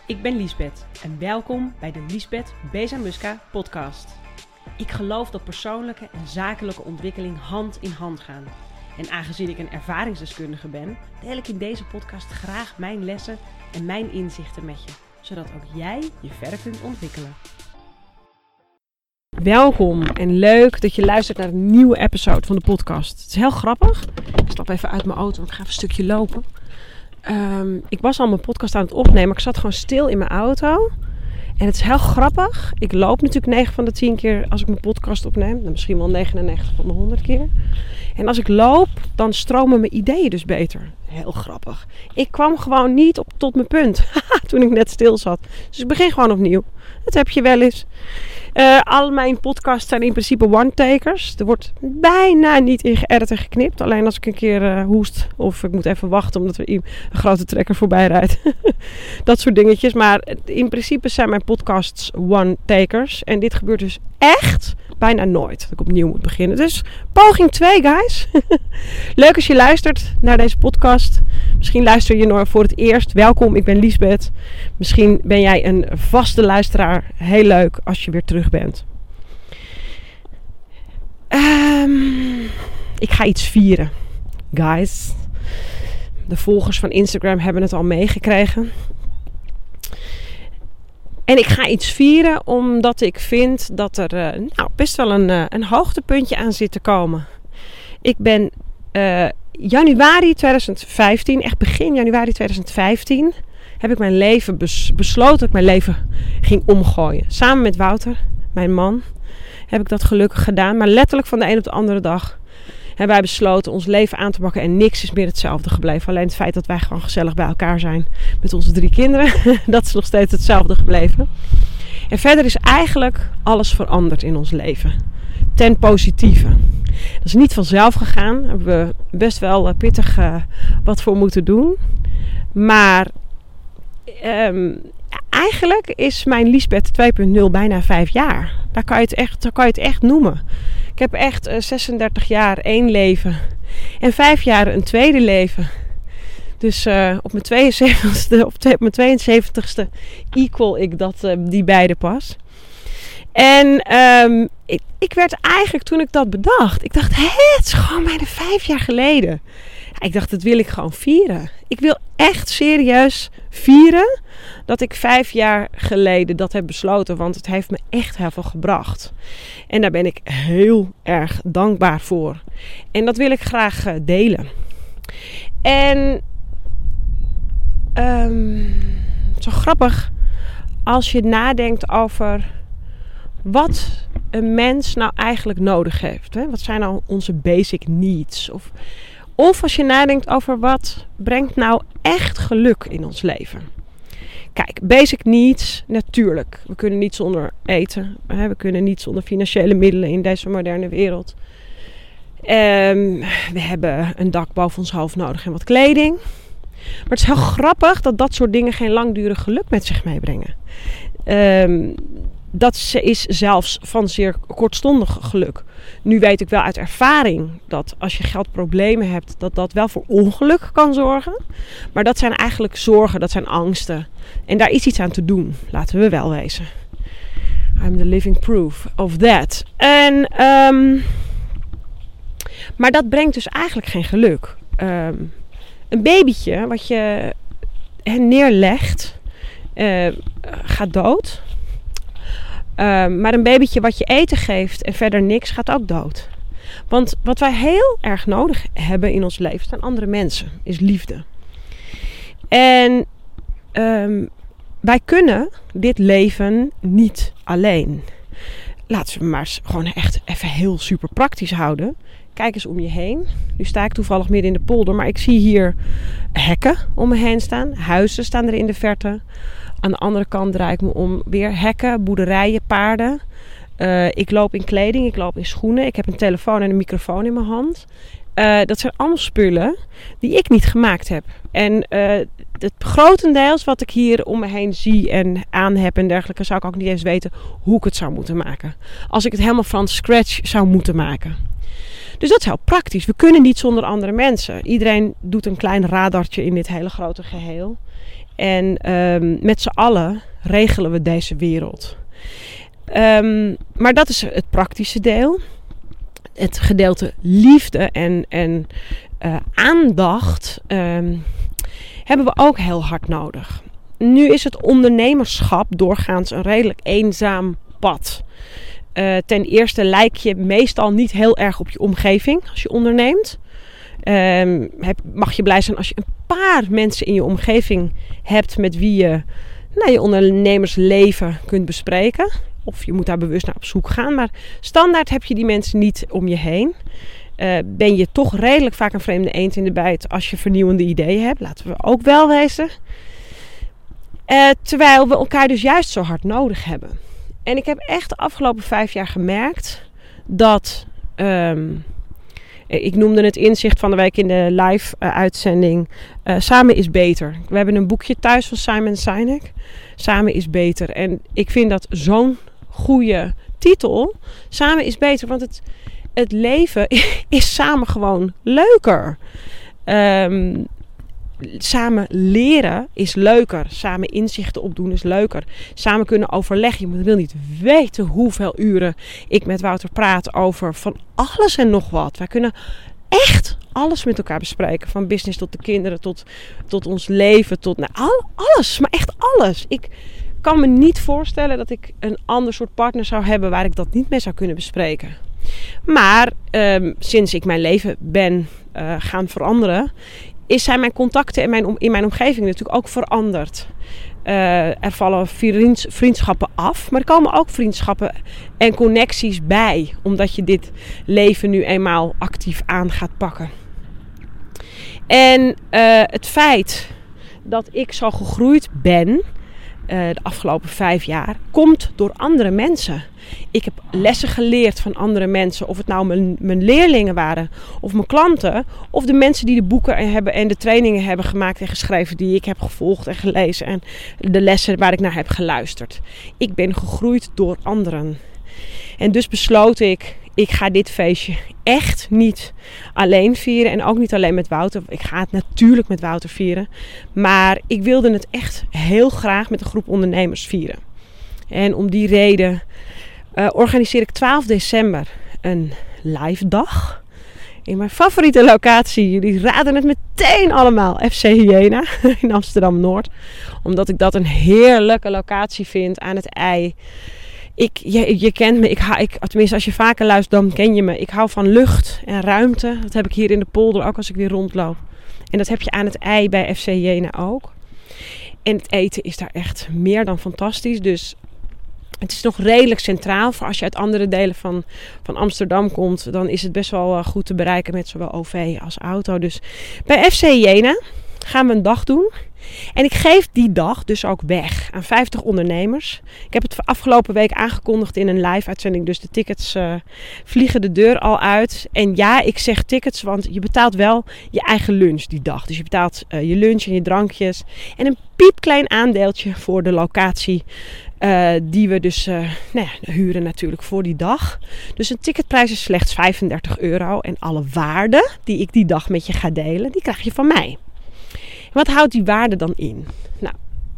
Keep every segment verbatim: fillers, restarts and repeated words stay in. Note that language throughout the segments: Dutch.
Ik ben Liesbeth en welkom bij de Liesbeth Bezamuska podcast. Ik geloof dat persoonlijke en zakelijke ontwikkeling hand in hand gaan. En aangezien ik een ervaringsdeskundige ben, deel ik in deze podcast graag mijn lessen en mijn inzichten met je, zodat ook jij je verder kunt ontwikkelen. Welkom en leuk dat je luistert naar een nieuwe episode van de podcast. Het is heel grappig. Ik stap even uit mijn auto, want ik ga even een stukje lopen. Um, ik was al mijn podcast aan het opnemen, maar ik zat gewoon stil in mijn auto. En het is heel grappig. Ik loop natuurlijk negen van de tien keer als ik mijn podcast opneem. Dan misschien wel negenennegentig van de honderd keer. En als ik loop, dan stromen mijn ideeën dus beter. Heel grappig. Ik kwam gewoon niet op, tot mijn punt toen ik net stil zat. Dus ik begin gewoon opnieuw. Dat heb je wel eens. Uh, al mijn podcasts zijn in principe one-takers. Er wordt bijna niet in geëdit en geknipt. Alleen als ik een keer uh, hoest of ik moet even wachten omdat er een grote trekker voorbij rijdt. Dat soort dingetjes. Maar in principe zijn mijn podcasts one-takers. En dit gebeurt dus echt bijna nooit. Dat ik opnieuw moet beginnen. Dus poging twee, guys. Leuk als je luistert naar deze podcast. Misschien luister je nog voor het eerst. Welkom, ik ben Liesbeth. Misschien ben jij een vaste luisteraar. Heel leuk als je weer terug bent. Um, ik ga iets vieren. Guys. De volgers van Instagram hebben het al meegekregen. En ik ga iets vieren omdat ik vind dat er uh, nou, best wel een, uh, een hoogtepuntje aan zit te komen. Ik ben uh, januari tweeduizend vijftien, echt begin januari tweeduizend vijftien, heb ik mijn leven bes- besloten dat ik mijn leven ging omgooien. Samen met Wouter, mijn man, heb ik dat gelukkig gedaan. Maar letterlijk van de een op de andere dag hebben wij besloten ons leven aan te pakken en niks is meer hetzelfde gebleven. Alleen het feit dat wij gewoon gezellig bij elkaar zijn met onze drie kinderen, dat is nog steeds hetzelfde gebleven. En verder is eigenlijk alles veranderd in ons leven. Ten positieve. Dat is niet vanzelf gegaan. Daar hebben we best wel pittig uh, wat voor moeten doen. Maar um, eigenlijk is mijn Liesbeth twee punt nul bijna vijf jaar. Daar kan je het echt, daar kan je het echt noemen. Ik heb echt uh, zesendertig jaar één leven. En vijf jaar een tweede leven. Dus uh, op mijn tweeënzeventigste, op, twee, op mijn tweeënzeventigste equal ik dat, uh, die beide pas. En um, ik, ik werd eigenlijk toen ik dat bedacht. Ik dacht, hé, het is gewoon bijna vijf jaar geleden. Ja, ik dacht, dat wil ik gewoon vieren. Ik wil echt serieus vieren dat ik vijf jaar geleden dat heb besloten. Want het heeft me echt heel veel gebracht. En daar ben ik heel erg dankbaar voor. En dat wil ik graag uh, delen. En um, zo grappig als je nadenkt over wat een mens nou eigenlijk nodig heeft. Hè? Wat zijn nou onze basic needs? Of, of als je nadenkt over wat brengt nou echt geluk in ons leven. Kijk, basic needs, natuurlijk. We kunnen niet zonder eten. Hè? We kunnen niet zonder financiële middelen in deze moderne wereld. Um, we hebben een dak boven ons hoofd nodig en wat kleding. Maar het is heel grappig dat dat soort dingen geen langdurig geluk met zich meebrengen. Um, dat is zelfs van zeer kortstondig geluk. Nu weet ik wel uit ervaring dat als je geldproblemen hebt, dat dat wel voor ongeluk kan zorgen. Maar dat zijn eigenlijk zorgen, dat zijn angsten. En daar is iets aan te doen, laten we wel wezen. I'm the living proof of that. En, um, maar dat brengt dus eigenlijk geen geluk. Um, een babytje wat je neerlegt, uh, gaat dood. Uh, maar een babytje wat je eten geeft en verder niks gaat ook dood. Want wat wij heel erg nodig hebben in ons leven zijn andere mensen. Is liefde. En um, wij kunnen dit leven niet alleen. Laten we maar gewoon echt even heel super praktisch houden. Kijk eens om je heen. Nu sta ik toevallig midden in de polder. Maar ik zie hier hekken om me heen staan. Huizen staan er in de verte. Aan de andere kant draai ik me om. Weer hekken, boerderijen, paarden. Uh, ik loop in kleding, ik loop in schoenen. Ik heb een telefoon en een microfoon in mijn hand. Uh, dat zijn allemaal spullen die ik niet gemaakt heb. En uh, het grotendeels wat ik hier om me heen zie en aan heb en dergelijke, zou ik ook niet eens weten hoe ik het zou moeten maken. Als ik het helemaal van scratch zou moeten maken. Dus dat is heel praktisch. We kunnen niet zonder andere mensen. Iedereen doet een klein radartje in dit hele grote geheel. En um, met z'n allen regelen we deze wereld. Um, maar dat is het praktische deel. Het gedeelte liefde en, en uh, aandacht um, hebben we ook heel hard nodig. Nu is het ondernemerschap doorgaans een redelijk eenzaam pad. Uh, ten eerste lijk je meestal niet heel erg op je omgeving als je onderneemt. Um, heb, mag je blij zijn als je een paar mensen in je omgeving hebt met wie je nou, je ondernemersleven kunt bespreken. Of je moet daar bewust naar op zoek gaan. Maar standaard heb je die mensen niet om je heen. Uh, ben je toch redelijk vaak een vreemde eend in de bijt als je vernieuwende ideeën hebt. Laten we ook wel wezen. Uh, terwijl we elkaar dus juist zo hard nodig hebben. En ik heb echt de afgelopen vijf jaar gemerkt dat... Um, ik noemde het inzicht van de week in de live uh, uitzending. Uh, Samen is beter. We hebben een boekje thuis van Simon Sinek. Samen is beter. En ik vind dat zo'n goede titel. Samen is beter. Want het, het leven is samen gewoon leuker. Um, Samen leren is leuker. Samen inzichten opdoen is leuker. Samen kunnen overleggen. Je wil niet weten hoeveel uren ik met Wouter praat over van alles en nog wat. Wij kunnen echt alles met elkaar bespreken. Van business tot de kinderen, tot, tot ons leven, tot nou, al, alles. Maar echt alles. Ik kan me niet voorstellen dat ik een ander soort partner zou hebben waar ik dat niet mee zou kunnen bespreken. Maar um, sinds ik mijn leven ben uh, gaan veranderen... is zijn mijn contacten in mijn, in mijn omgeving natuurlijk ook veranderd. Uh, er vallen vriends, vriendschappen af. Maar er komen ook vriendschappen en connecties bij. Omdat je dit leven nu eenmaal actief aan gaat pakken. En uh, het feit dat ik zo gegroeid ben... Uh, de afgelopen vijf jaar... komt door andere mensen. Ik heb lessen geleerd van andere mensen. Of het nou mijn, mijn leerlingen waren. Of mijn klanten. Of de mensen die de boeken hebben en de trainingen hebben gemaakt en geschreven. Die ik heb gevolgd en gelezen. En de lessen waar ik naar heb geluisterd. Ik ben gegroeid door anderen. En dus besloot ik... Ik ga dit feestje echt niet alleen vieren. En ook niet alleen met Wouter. Ik ga het natuurlijk met Wouter vieren. Maar ik wilde het echt heel graag met een groep ondernemers vieren. En om die reden uh, organiseer ik twaalf december een live dag. In mijn favoriete locatie. Jullie raden het meteen allemaal. F C Hyena in Amsterdam-Noord. Omdat ik dat een heerlijke locatie vind aan het IJ. Ik, je, je kent me, ik, ik, tenminste als je vaker luistert dan ken je me. Ik hou van lucht en ruimte. Dat heb ik hier in de polder ook als ik weer rondloop. En dat heb je aan het IJ bij F C Hyena ook. En het eten is daar echt meer dan fantastisch. Dus het is nog redelijk centraal. Voor als je uit andere delen van, van Amsterdam komt, dan is het best wel goed te bereiken met zowel O V als auto. Dus bij F C Hyena gaan we een dag doen. En ik geef die dag dus ook weg aan vijftig ondernemers. Ik heb het afgelopen week aangekondigd in een live uitzending. Dus de tickets uh, vliegen de deur al uit. En ja, ik zeg tickets, want je betaalt wel je eigen lunch die dag. Dus je betaalt uh, je lunch en je drankjes. En een piepklein aandeeltje voor de locatie. Uh, die we dus uh, nou ja, huren natuurlijk voor die dag. Dus een ticketprijs is slechts vijfendertig euro. En alle waarden die ik die dag met je ga delen, die krijg je van mij. Wat houdt die waarde dan in? Nou,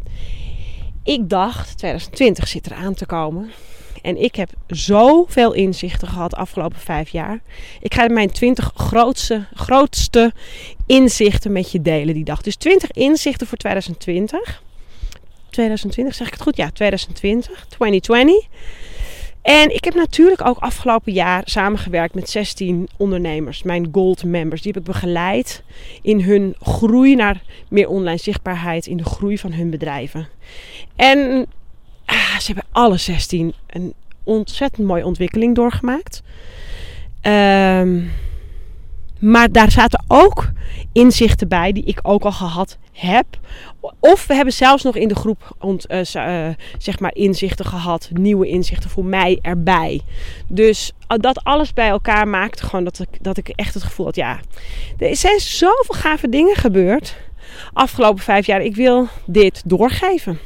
ik dacht, twintig twintig zit er aan te komen. En ik heb zoveel inzichten gehad de afgelopen vijf jaar. Ik ga mijn twintig grootste, grootste inzichten met je delen die dag. Dus twintig inzichten voor twintig twintig. twintig twintig, zeg ik het goed? Ja, twintig twintig. twintig twintig. En ik heb natuurlijk ook afgelopen jaar samengewerkt met zestien ondernemers. Mijn gold members. Die heb ik begeleid in hun groei naar meer online zichtbaarheid. In de groei van hun bedrijven. En ah, ze hebben alle zestien een ontzettend mooie ontwikkeling doorgemaakt. Um, maar daar zaten ook inzichten bij die ik ook al gehad heb. Of we hebben zelfs nog in de groep ont, uh, uh, zeg maar inzichten gehad. Nieuwe inzichten voor mij erbij. Dus dat alles bij elkaar maakte gewoon dat ik, dat ik echt het gevoel had. Ja, er zijn zoveel gave dingen gebeurd. Afgelopen vijf jaar. Ik wil dit doorgeven.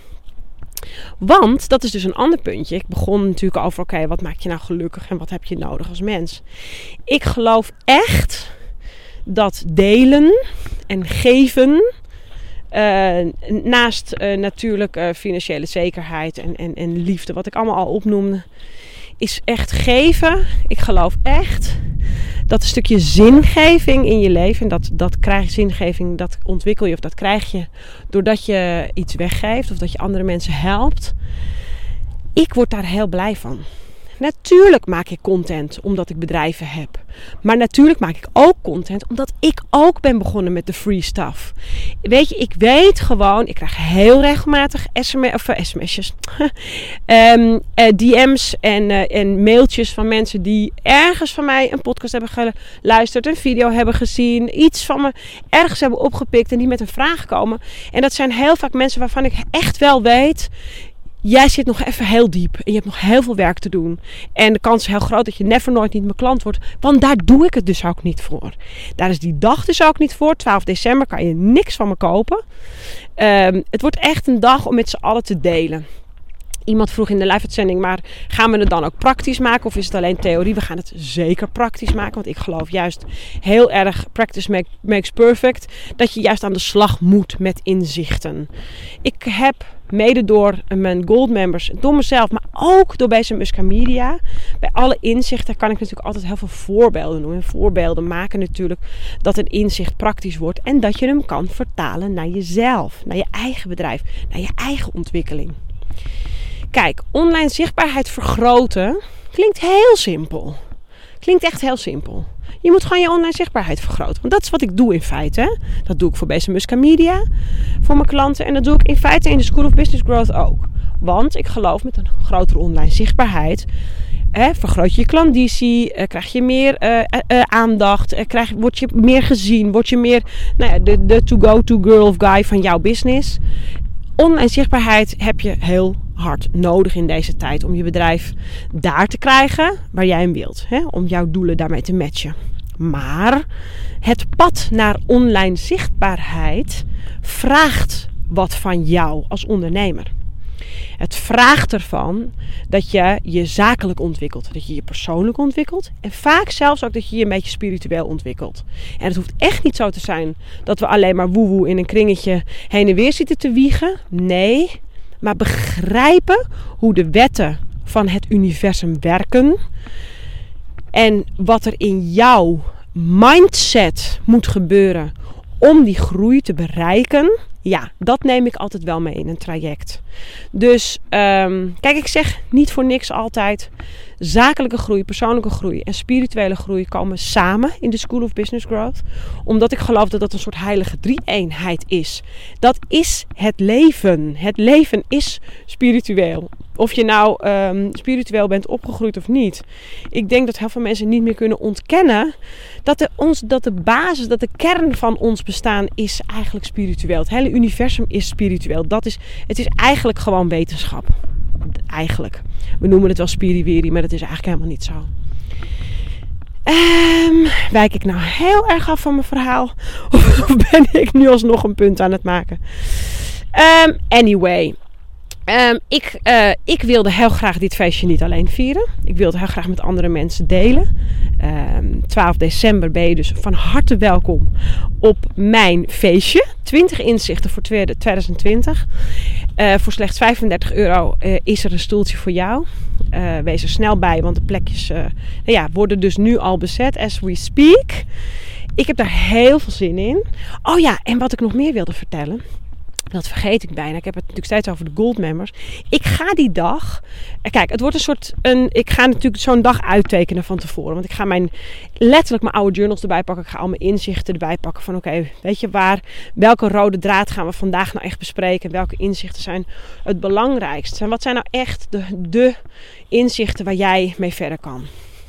Want, dat is dus een ander puntje. Ik begon natuurlijk over, oké, okay, wat maakt je nou gelukkig en wat heb je nodig als mens? Ik geloof echt dat delen en geven Uh, naast uh, natuurlijk uh, financiële zekerheid en, en, en liefde, wat ik allemaal al opnoemde, is echt geven. Ik geloof echt dat een stukje zingeving in je leven, en dat, dat krijg je zingeving, dat ontwikkel je of dat krijg je doordat je iets weggeeft of dat je andere mensen helpt. Ik word daar heel blij van. Natuurlijk maak ik content omdat ik bedrijven heb. Maar natuurlijk maak ik ook content omdat ik ook ben begonnen met de free stuff. Weet je, ik weet gewoon, ik krijg heel regelmatig S M S, of, uh, sms'jes, um, uh, D M's en, uh, en mailtjes van mensen die ergens van mij een podcast hebben geluisterd, een video hebben gezien, iets van me ergens hebben opgepikt en die met een vraag komen. En dat zijn heel vaak mensen waarvan ik echt wel weet, jij zit nog even heel diep en je hebt nog heel veel werk te doen. En de kans is heel groot dat je never nooit niet mijn klant wordt. Want daar doe ik het dus ook niet voor. Daar is die dag dus ook niet voor. twaalf december kan je niks van me kopen. Um, het wordt echt een dag om met z'n allen te delen. Iemand vroeg in de live-uitzending, maar gaan we het dan ook praktisch maken of is het alleen theorie? We gaan het zeker praktisch maken, want ik geloof juist heel erg practice make, makes perfect. Dat je juist aan de slag moet met inzichten. Ik heb mede door mijn gold members, door mezelf, maar ook door Basic Musca Media, bij alle inzichten kan ik natuurlijk altijd heel veel voorbeelden doen. En voorbeelden maken natuurlijk dat een inzicht praktisch wordt en dat je hem kan vertalen naar jezelf, naar je eigen bedrijf, naar je eigen ontwikkeling. Kijk, online zichtbaarheid vergroten klinkt heel simpel. Klinkt echt heel simpel. Je moet gewoon je online zichtbaarheid vergroten. Want dat is wat ik doe in feite. Hè? Dat doe ik voor Basic Musca Media, voor mijn klanten. En dat doe ik in feite in de School of Business Growth ook. Want ik geloof met een grotere online zichtbaarheid, hè, vergroot je je klandizie, eh, krijg je meer uh, uh, aandacht, eh, krijg, word je meer gezien, word je meer nou ja, de, de to-go-to girl of guy van jouw business. Online zichtbaarheid heb je heel hard nodig in deze tijd om je bedrijf daar te krijgen waar jij hem wilt. Hè? Om jouw doelen daarmee te matchen. Maar het pad naar online zichtbaarheid vraagt wat van jou als ondernemer. Het vraagt ervan dat je je zakelijk ontwikkelt, dat je je persoonlijk ontwikkelt en vaak zelfs ook dat je je een beetje spiritueel ontwikkelt. En het hoeft echt niet zo te zijn dat we alleen maar woewoe in een kringetje heen en weer zitten te wiegen. Nee, maar begrijpen hoe de wetten van het universum werken en wat er in jouw mindset moet gebeuren om die groei te bereiken. Ja, dat neem ik altijd wel mee in een traject. Dus um, kijk, ik zeg niet voor niks altijd, zakelijke groei, persoonlijke groei en spirituele groei komen samen in de School of Business Growth. Omdat ik geloof dat dat een soort heilige drie-eenheid is. Dat is het leven. Het leven is spiritueel. Of je nou um, spiritueel bent opgegroeid of niet. Ik denk dat heel veel mensen niet meer kunnen ontkennen dat de, ons, dat de basis, dat de kern van ons bestaan is eigenlijk spiritueel. Het hele universum is spiritueel. Dat is, het is eigenlijk gewoon wetenschap. Eigenlijk. We noemen het wel spiriwiri, maar dat is eigenlijk helemaal niet zo. Um, wijk ik nou heel erg af van mijn verhaal? Of ben ik nu alsnog een punt aan het maken? Um, anyway. Um, ik, uh, ik wilde heel graag dit feestje niet alleen vieren. Ik wilde heel graag met andere mensen delen. Um, twaalf december ben je dus van harte welkom op mijn feestje. twintig inzichten voor twintig twintig. Uh, voor slechts vijfendertig euro uh, is er een stoeltje voor jou. Uh, wees er snel bij, want de plekjes uh, nou ja, worden dus nu al bezet as we speak. Ik heb daar heel veel zin in. Oh ja, en wat ik nog meer wilde vertellen. Dat vergeet ik bijna. Ik heb het natuurlijk steeds over de gold members. Ik ga die dag... Kijk, het wordt een soort... Een, ik ga natuurlijk zo'n dag uittekenen van tevoren. Want ik ga mijn, letterlijk mijn oude journals erbij pakken. Ik ga al mijn inzichten erbij pakken. Van oké, okay, weet je waar... Welke rode draad gaan we vandaag nou echt bespreken? Welke inzichten zijn het belangrijkste? En wat zijn nou echt de, de inzichten waar jij mee verder kan?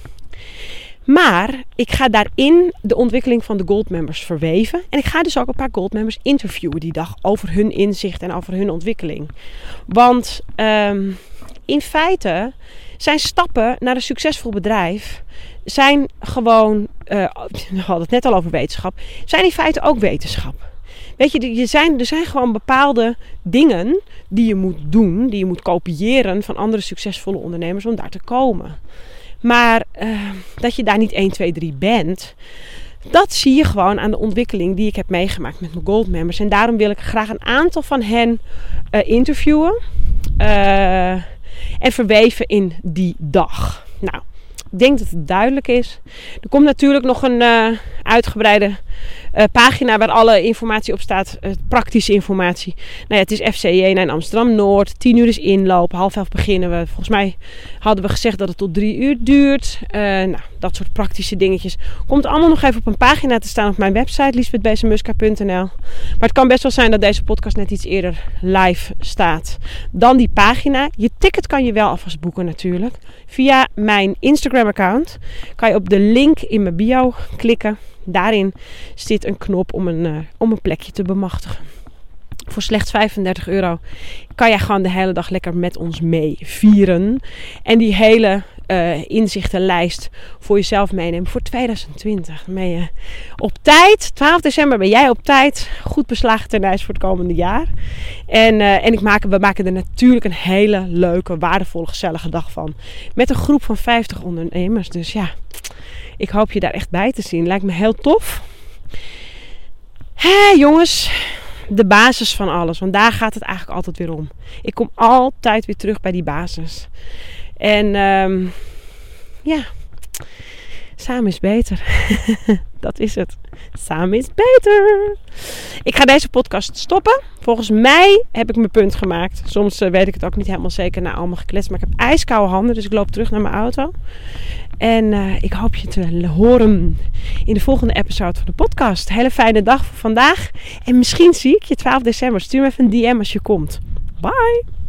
Maar ik ga daarin de ontwikkeling van de gold members verweven. En ik ga dus ook een paar gold members interviewen die dag over hun inzicht en over hun ontwikkeling. Want um, in feite zijn stappen naar een succesvol bedrijf zijn gewoon, uh, we hadden het net al over wetenschap, zijn in feite ook wetenschap. Weet je, er zijn, er zijn gewoon bepaalde dingen die je moet doen, die je moet kopiëren van andere succesvolle ondernemers om daar te komen. Maar uh, dat je daar niet één, twee, drie bent, Dat zie je gewoon aan de ontwikkeling die ik heb meegemaakt met mijn Gold members. En daarom wil ik graag een aantal van hen uh, interviewen. Uh, en verweven in die dag. Nou, ik denk dat het duidelijk is. Er komt natuurlijk nog een uh, uitgebreide uh, pagina waar alle informatie op staat. Uh, praktische informatie. Nou ja, het is F C J in Amsterdam-Noord. tien uur is inloop. Half elf beginnen we. Volgens mij hadden we gezegd dat het tot drie uur duurt. Uh, nou, dat soort praktische dingetjes. Komt allemaal nog even op een pagina te staan op mijn website. liesbeth bezemuska punt n l. Maar het kan best wel zijn dat deze podcast net iets eerder live staat dan die pagina. Je ticket kan je wel alvast boeken natuurlijk. Via mijn Instagram account kan je op de link in mijn bio klikken. Daarin zit een knop om een, uh, om een plekje te bemachtigen. Voor slechts vijfendertig euro kan jij gewoon de hele dag lekker met ons mee vieren. En die hele uh, inzichtenlijst voor jezelf meenemen voor tweeduizend twintig. Dan ben je op tijd. twaalf december ben jij op tijd. Goed beslagen ten ijs voor het komende jaar. En, uh, en ik maak, we maken er natuurlijk een hele leuke, waardevolle, gezellige dag van. Met een groep van vijftig ondernemers. Dus ja, ik hoop je daar echt bij te zien. Lijkt me heel tof. Hé jongens, de basis van alles. Want daar gaat het eigenlijk altijd weer om. Ik kom altijd weer terug bij die basis. En um, ja, samen is beter. Dat is het. Samen is beter. Ik ga deze podcast stoppen. Volgens mij heb ik mijn punt gemaakt. Soms uh, weet ik het ook niet helemaal zeker na allemaal gekletst. Maar ik heb ijskoude handen. Dus ik loop terug naar mijn auto. En uh, ik hoop je te horen in de volgende episode van de podcast. Hele fijne dag voor vandaag. En misschien zie ik je twaalf december. Stuur me even een D M als je komt. Bye!